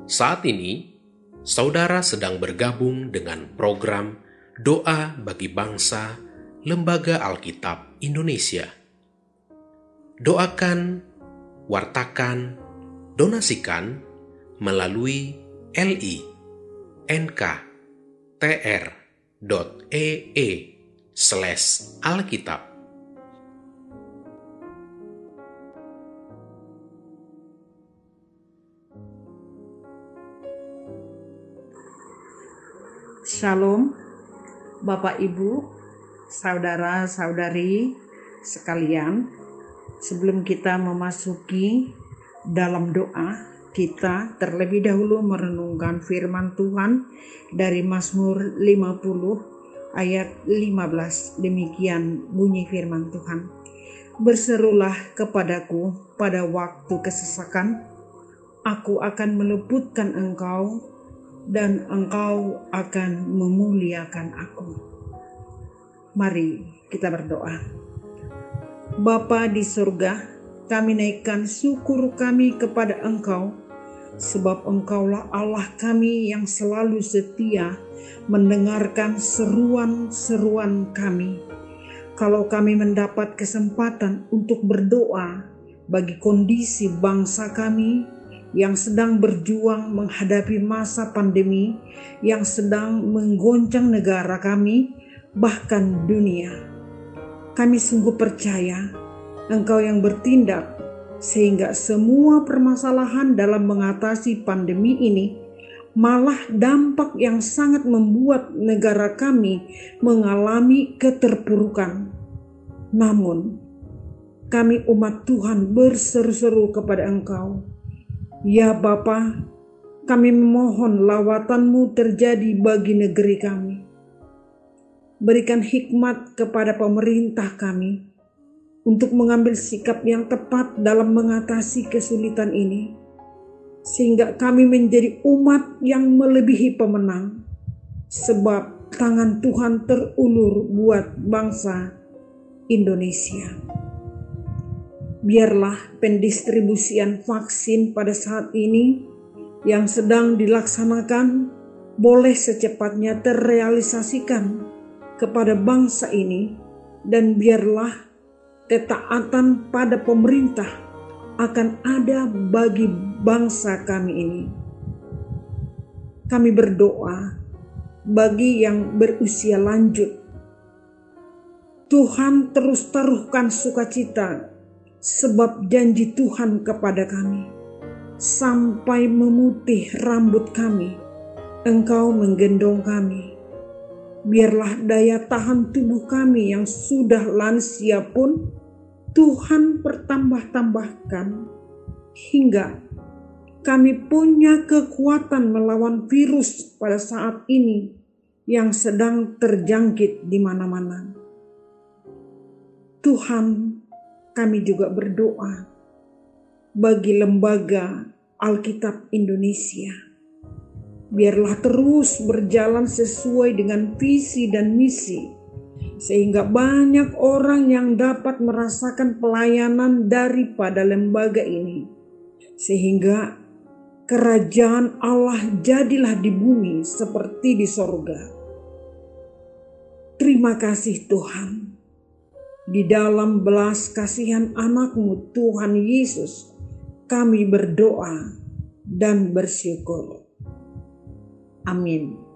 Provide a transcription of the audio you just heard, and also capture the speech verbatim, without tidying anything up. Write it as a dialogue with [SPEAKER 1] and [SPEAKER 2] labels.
[SPEAKER 1] Saat ini, saudara sedang bergabung dengan program Doa bagi Bangsa Lembaga Alkitab Indonesia. Doakan, wartakan, donasikan melalui li nkr.ee slash alkitab.
[SPEAKER 2] Shalom, Bapak Ibu, saudara-saudari sekalian. Sebelum kita memasuki dalam doa, kita terlebih dahulu merenungkan firman Tuhan dari Mazmur lima puluh ayat lima belas. Demikian bunyi firman Tuhan. Berserulah kepadaku pada waktu kesesakan, aku akan meluputkan engkau, dan engkau akan memuliakan aku. Mari kita berdoa. Bapa di surga, kami naikkan syukur kami kepada Engkau, sebab Engkaulah Allah kami yang selalu setia mendengarkan seruan-seruan kami. Kalau kami mendapat kesempatan untuk berdoa bagi kondisi bangsa kami yang sedang berjuang menghadapi masa pandemi yang sedang menggoncang negara kami, bahkan dunia. Kami sungguh percaya Engkau yang bertindak sehingga semua permasalahan dalam mengatasi pandemi ini, malah dampak yang sangat membuat negara kami mengalami keterpurukan. Namun, kami umat Tuhan berseru-seru kepada Engkau. Ya Bapa, kami memohon lawatan-Mu terjadi bagi negeri kami. Berikan hikmat kepada pemerintah kami untuk mengambil sikap yang tepat dalam mengatasi kesulitan ini, sehingga kami menjadi umat yang melebihi pemenang, sebab tangan Tuhan terulur buat bangsa Indonesia. Biarlah pendistribusian vaksin pada saat ini yang sedang dilaksanakan boleh secepatnya terrealisasikan kepada bangsa ini, dan biarlah ketaatan pada pemerintah akan ada bagi bangsa kami ini. Kami berdoa bagi yang berusia lanjut. Tuhan terus taruhkan sukacita, sebab janji Tuhan kepada kami, sampai memutih rambut kami, Engkau menggendong kami. Biarlah daya tahan tubuh kami yang sudah lansia pun Tuhan bertambah-tambahkan, hingga kami punya kekuatan melawan virus pada saat ini yang sedang terjangkit di mana-mana. Tuhan, kami juga berdoa bagi lembaga Alkitab Indonesia. Biarlah terus berjalan sesuai dengan visi dan misi, sehingga banyak orang yang dapat merasakan pelayanan daripada lembaga ini, sehingga kerajaan Allah jadilah di bumi seperti di sorga. Terima kasih Tuhan. Di dalam belas kasihan anak-Mu Tuhan Yesus, kami berdoa dan bersyukur. Amin.